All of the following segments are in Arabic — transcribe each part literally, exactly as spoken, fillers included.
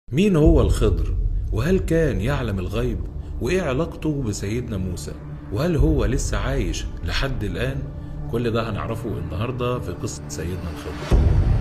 مين هو الخضر؟ وهل كان يعلم الغيب؟ وإيه علاقته بسيدنا موسى؟ وهل هو لسه عايش لحد الآن؟ كل ده هنعرفه النهاردة في قصة سيدنا الخضر.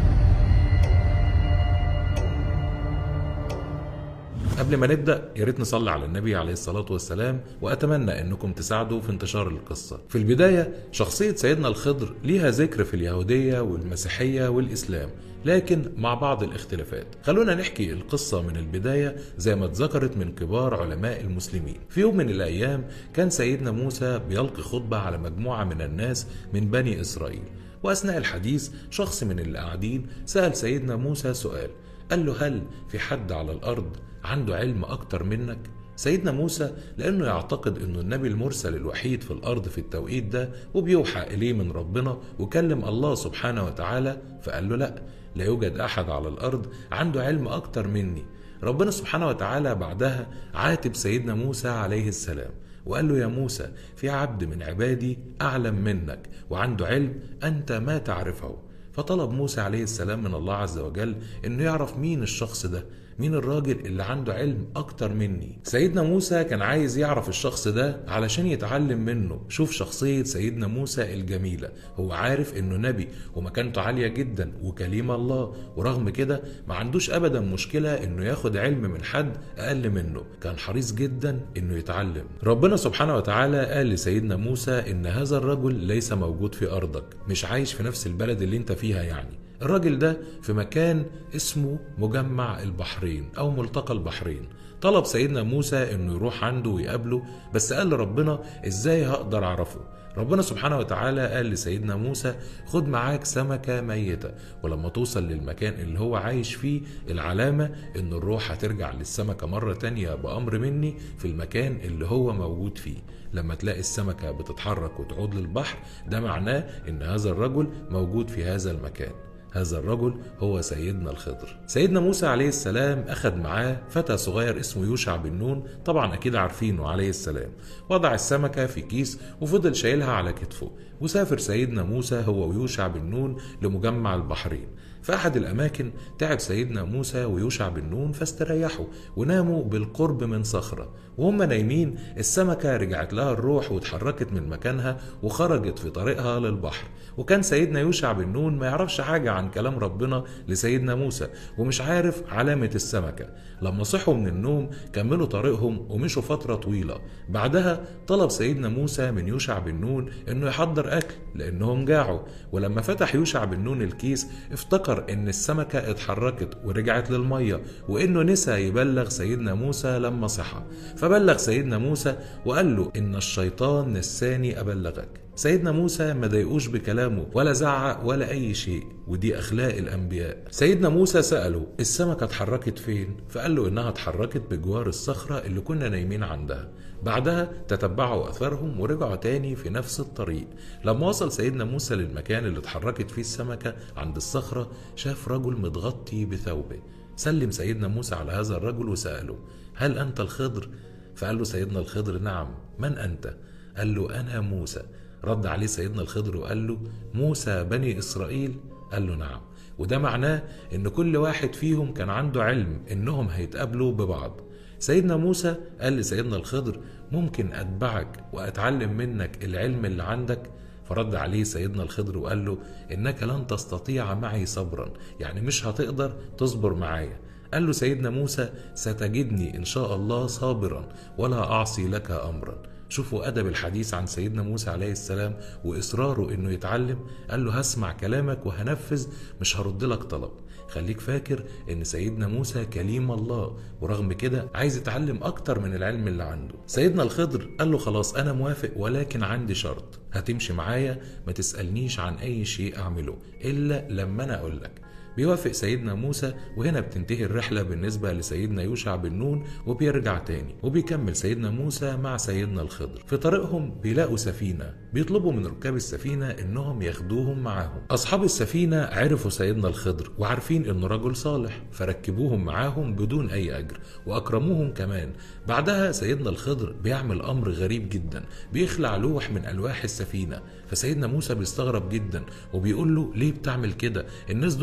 قبل ما نبدأ يا ريت نصلي على النبي عليه الصلاة والسلام، وأتمنى أنكم تساعدوا في انتشار القصة. في البداية شخصية سيدنا الخضر ليها ذكر في اليهودية والمسيحية والإسلام، لكن مع بعض الاختلافات. خلونا نحكي القصة من البداية زي ما اتذكرت من كبار علماء المسلمين. في يوم من الأيام كان سيدنا موسى بيلقي خطبة على مجموعة من الناس من بني إسرائيل، وأثناء الحديث شخص من اللي قاعدين سأل سيدنا موسى سؤال، قال له: هل في حد على الأرض عنده علم أكتر منك؟ سيدنا موسى لأنه يعتقد أنه النبي المرسل الوحيد في الأرض في التوقيت ده وبيوحى إليه من ربنا وكلم الله سبحانه وتعالى، فقال له: لا، لا يوجد أحد على الأرض عنده علم أكتر مني. ربنا سبحانه وتعالى بعدها عاتب سيدنا موسى عليه السلام وقال له: يا موسى، في عبد من عبادي أعلم منك وعنده علم أنت ما تعرفه. فطلب موسى عليه السلام من الله عز وجل انه يعرف مين الشخص ده، مين الراجل اللي عنده علم اكتر مني. سيدنا موسى كان عايز يعرف الشخص ده علشان يتعلم منه. شوف شخصية سيدنا موسى الجميلة، هو عارف انه نبي ومكانته عالية جدا وكليم الله، ورغم كده ما عندوش ابدا مشكلة انه ياخد علم من حد اقل منه، كان حريص جدا انه يتعلم. ربنا سبحانه وتعالى قال لسيدنا موسى ان هذا الرجل ليس موجود في ارضك، مش عايش في نفس البلد اللي انت فيها، يعني الراجل ده في مكان اسمه مجمع البحرين او ملتقى البحرين. طلب سيدنا موسى انه يروح عنده ويقابله، بس قال لربنا: ازاي هقدر اعرفه؟ ربنا سبحانه وتعالى قال لسيدنا موسى: خد معاك سمكة ميتة، ولما توصل للمكان اللي هو عايش فيه العلامة ان الروح هترجع للسمكة مرة تانية بأمر مني في المكان اللي هو موجود فيه. لما تلاقي السمكة بتتحرك وتعود للبحر، ده معناه ان هذا الرجل موجود في هذا المكان. هذا الرجل هو سيدنا الخضر. سيدنا موسى عليه السلام أخذ معاه فتى صغير اسمه يوشع بن نون، طبعا أكيد عارفينه عليه السلام. وضع السمكة في كيس وفضل شايلها على كتفه، وسافر سيدنا موسى هو ويوشع بن نون لمجمع البحرين. في أحد الأماكن تعب سيدنا موسى ويوشع بن نون فاستريحوا وناموا بالقرب من صخرة. وهم نايمين السمكة رجعت لها الروح واتحركت من مكانها وخرجت في طريقها للبحر. وكان سيدنا يوشع بن نون ما يعرفش حاجة عن كلام ربنا لسيدنا موسى ومش عارف علامة السمكة. لما صحوا من النوم كملوا طريقهم ومشوا فترة طويلة. بعدها طلب سيدنا موسى من يوشع بن نون انه يحضر اكل لانهم جاعوا. ولما فتح يوشع بن نون الكيس افتكر ان السمكة اتحركت ورجعت للمية، وانه نسى يبلغ سيدنا موسى لما صحى. فبلغ سيدنا موسى وقال له: ان الشيطان نساني ابلغك. سيدنا موسى ما ضايقوش بكلامه ولا زعق ولا اي شيء، ودي اخلاق الانبياء. سيدنا موسى سأله: السمكة اتحركت فين؟ فقال له انها اتحركت بجوار الصخرة اللي كنا نايمين عندها. بعدها تتبعوا اثرهم ورجعوا تاني في نفس الطريق. لما وصل سيدنا موسى للمكان اللي اتحركت فيه السمكة عند الصخرة، شاف رجل متغطي بثوبه. سلم سيدنا موسى على هذا الرجل وسأله: هل انت الخضر؟ فقال له سيدنا الخضر: نعم. من انت؟ قال له: انا موسى. رد عليه سيدنا الخضر وقال له: موسى بني إسرائيل؟ قال له: نعم. وده معناه ان كل واحد فيهم كان عنده علم انهم هيتقابلوا ببعض. سيدنا موسى قال لسيدنا الخضر: ممكن أتبعك وأتعلم منك العلم اللي عندك؟ فرد عليه سيدنا الخضر وقال له: إنك لن تستطيع معي صبرا، يعني مش هتقدر تصبر معايا. قال له سيدنا موسى: ستجدني إن شاء الله صابرا ولا أعصي لك أمرا. شوفوا أدب الحديث عن سيدنا موسى عليه السلام وإصراره إنه يتعلم. قال له: هسمع كلامك وهنفذ، مش هرد لك طلب. خليك فاكر إن سيدنا موسى كليم الله، ورغم كده عايز يتعلم أكتر من العلم اللي عنده. سيدنا الخضر قال له: خلاص أنا موافق، ولكن عندي شرط، هتمشي معايا ما تسألنيش عن أي شيء أعمله إلا لما أنا أقول لك. بيوافق سيدنا موسى، وهنا بتنتهي الرحلة بالنسبة لسيدنا يوشع بن نون، وبيرجع تاني وبيكمل سيدنا موسى مع سيدنا الخضر. في طريقهم بيلاقوا سفينة، بيطلبوا من ركاب السفينة انهم ياخدوهم معاهم. اصحاب السفينة عرفوا سيدنا الخضر وعارفين انه رجل صالح، فركبوهم معاهم بدون اي اجر واكرموهم كمان. بعدها سيدنا الخضر بيعمل امر غريب جدا، بيخلع لوح من الواح السفينة. فسيدنا موسى بيستغرب جدا وبيقول له: ليه بتعمل كده؟ الناس دول اكرموهم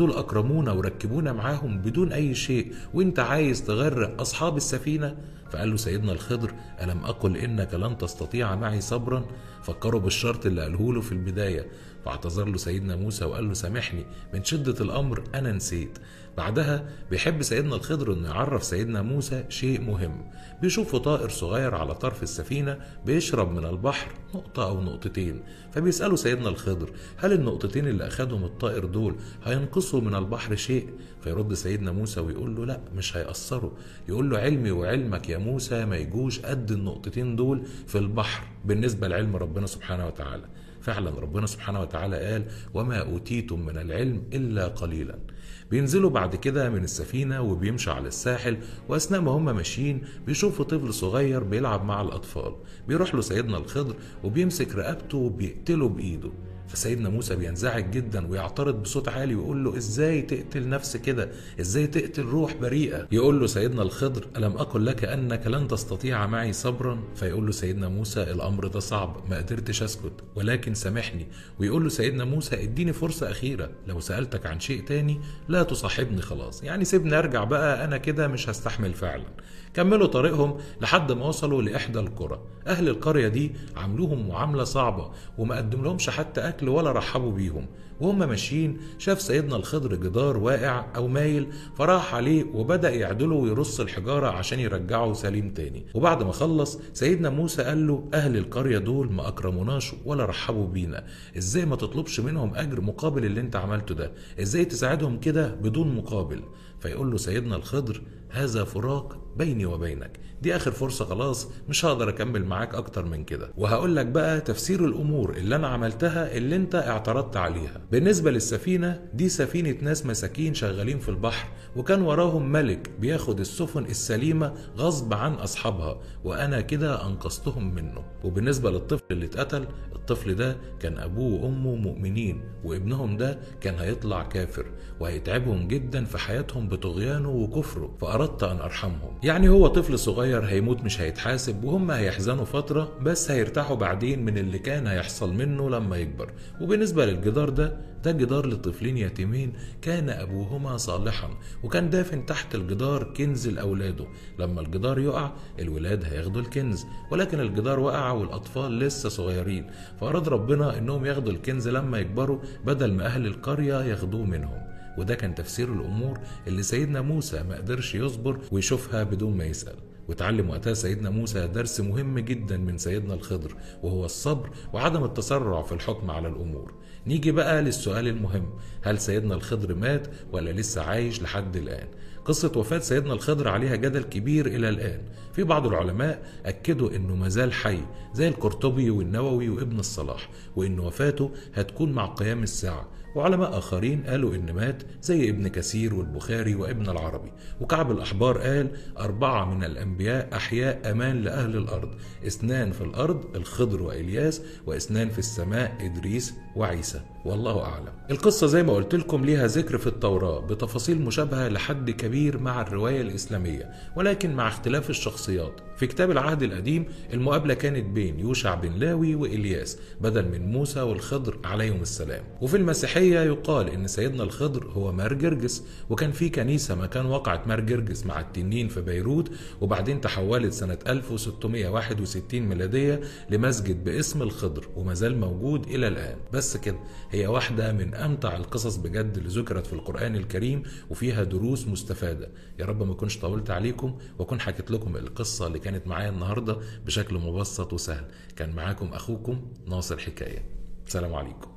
رمونا وركبونا معاهم بدون أي شيء، وانت عايز تغرق أصحاب السفينة؟ فقال له سيدنا الخضر: ألم أقل إنك لن تستطيع معي صبرا؟ فكروا بالشرط اللي قاله له في البداية. فاعتذر له سيدنا موسى وقال له: سامحني، من شدة الأمر أنا نسيت. بعدها بيحب سيدنا الخضر انه يعرف سيدنا موسى شيء مهم. بيشوفه طائر صغير على طرف السفينة بيشرب من البحر نقطة أو نقطتين، فبيسأله سيدنا الخضر: هل النقطتين اللي أخدهم الطائر دول هينقصوا من البحر شيء؟ فيرد سيدنا موسى ويقول له: لا، مش هيأثروا. يقول له: علمي وعلمك يا موسى ما يجوش قد النقطتين دول في البحر بالنسبة لعلم ربنا سبحانه وتعالى. فعلا ربنا سبحانه وتعالى قال: وما أوتيتم من العلم إلا قليلا. بينزلوا بعد كده من السفينة وبيمشوا على الساحل، وأثناء ما هم ماشيين بيشوفوا طفل صغير بيلعب مع الأطفال. بيروح له سيدنا الخضر وبيمسك رقبته وبيقتله بإيده. فسيدنا موسى بينزعج جدا ويعترض بصوت عالي ويقول له: ازاي تقتل نفس كده؟ ازاي تقتل روح بريئة؟ يقول له سيدنا الخضر: ألم أقل لك أنك لن تستطيع معي صبرا؟ فيقول له سيدنا موسى: الأمر ده صعب، ما قدرتش أسكت، ولكن سامحني. ويقول له سيدنا موسى: اديني فرصة أخيرة، لو سألتك عن شيء تاني لا تصاحبني خلاص، يعني سيبني أرجع بقى، أنا كده مش هستحمل فعلا. كملوا طريقهم لحد ما وصلوا لإحدى القرى. أهل القرية دي عملوهم معاملة صعبة وما قدم لهمش حتى أكل ولا رحبوا بيهم. وهم ماشيين شاف سيدنا الخضر جدار واقع أو مايل، فراح عليه وبدأ يعدله ويرص الحجارة عشان يرجعه سليم تاني. وبعد ما خلص سيدنا موسى قال له: أهل القرية دول ما أكرموناش ولا رحبوا بينا، إزاي ما تطلبش منهم أجر مقابل اللي انت عملته ده؟ إزاي تساعدهم كده بدون مقابل؟ فيقول له سيدنا الخضر: هذا فراق بيني وبينك، دي آخر فرصة خلاص، مش هقدر أكمل معاك أكتر من كده. وهقول لك بقى تفسير الأمور اللي أنا عملتها اللي أنت اعترضت عليها. بالنسبة للسفينة دي، سفينة ناس مساكين شغالين في البحر، وكان وراهم ملك بياخد السفن السليمة غصب عن أصحابها، وأنا كده أنقذتهم منه. وبالنسبة للطفل اللي اتقتل، الطفل ده كان أبوه وأمه مؤمنين، وابنهم ده كان هيطلع كافر وهيتعبهم جدا في حياتهم بطغيانه وكفره، فأردت أن أرحمهم. يعني هو طفل صغير هيموت مش هيتحاسب، وهم هيحزنوا فترة بس هيرتاحوا بعدين من اللي كان هيحصل منه لما يكبر. وبالنسبة للجدار ده، ده جدار لطفلين يتيمين كان أبوهما صالحا، وكان دافن تحت الجدار كنز لأولاده. لما الجدار يقع الولاد هياخدوا الكنز، ولكن الجدار وقع والأطفال لسه صغيرين، فأراد ربنا إنهم ياخدوا الكنز لما يكبروا بدل ما أهل القرية ياخدوه منهم. وده كان تفسير الأمور اللي سيدنا موسى ما قدرش يصبر ويشوفها بدون ما يسأل. وتعلم وقتها سيدنا موسى درس مهم جدا من سيدنا الخضر، وهو الصبر وعدم التسرع في الحكم على الأمور. نيجي بقى للسؤال المهم: هل سيدنا الخضر مات ولا لسه عايش لحد الآن؟ قصة وفاة سيدنا الخضر عليها جدل كبير إلى الآن. في بعض العلماء أكدوا إنه مازال حي زي القرطبي والنووي وابن الصلاح، وإن وفاته هتكون مع قيام الساعة. وعلماء آخرين قالوا إن مات زي ابن كثير والبخاري وابن العربي. وكعب الأحبار قال: أربعة من الأنبياء أحياء أمان لأهل الأرض، اثنان في الأرض الخضر وإلياس، واثنان في السماء إدريس وعيسى، والله أعلم. القصة زي ما قلت لكم ليها ذكر في التوراة بتفاصيل مشابهة لحد كبير مع الرواية الإسلامية، ولكن مع اختلاف الشخصيات. في كتاب العهد القديم المقابلة كانت بين يوشع بن لاوي وإلياس بدل من موسى والخضر عليهم السلام. وفي المسيحية يقال إن سيدنا الخضر هو مار جرجس، وكان في كنيسة مكان وقعة مار جرجس مع التنين في بيروت، وبعدين تحولت سنة ألف وستمائة وواحد وستين ميلادية لمسجد باسم الخضر، ومازال موجود إلى الآن. بس كده، هي واحدة من أمتع القصص بجد اللي ذكرت في القرآن الكريم، وفيها دروس مستفادة. يا رب ما كنش طولت عليكم وكون حكيت لكم القصة اللي كانت معايا النهاردة بشكل مبسط وسهل. كان معاكم أخوكم ناصر حكاية. السلام عليكم.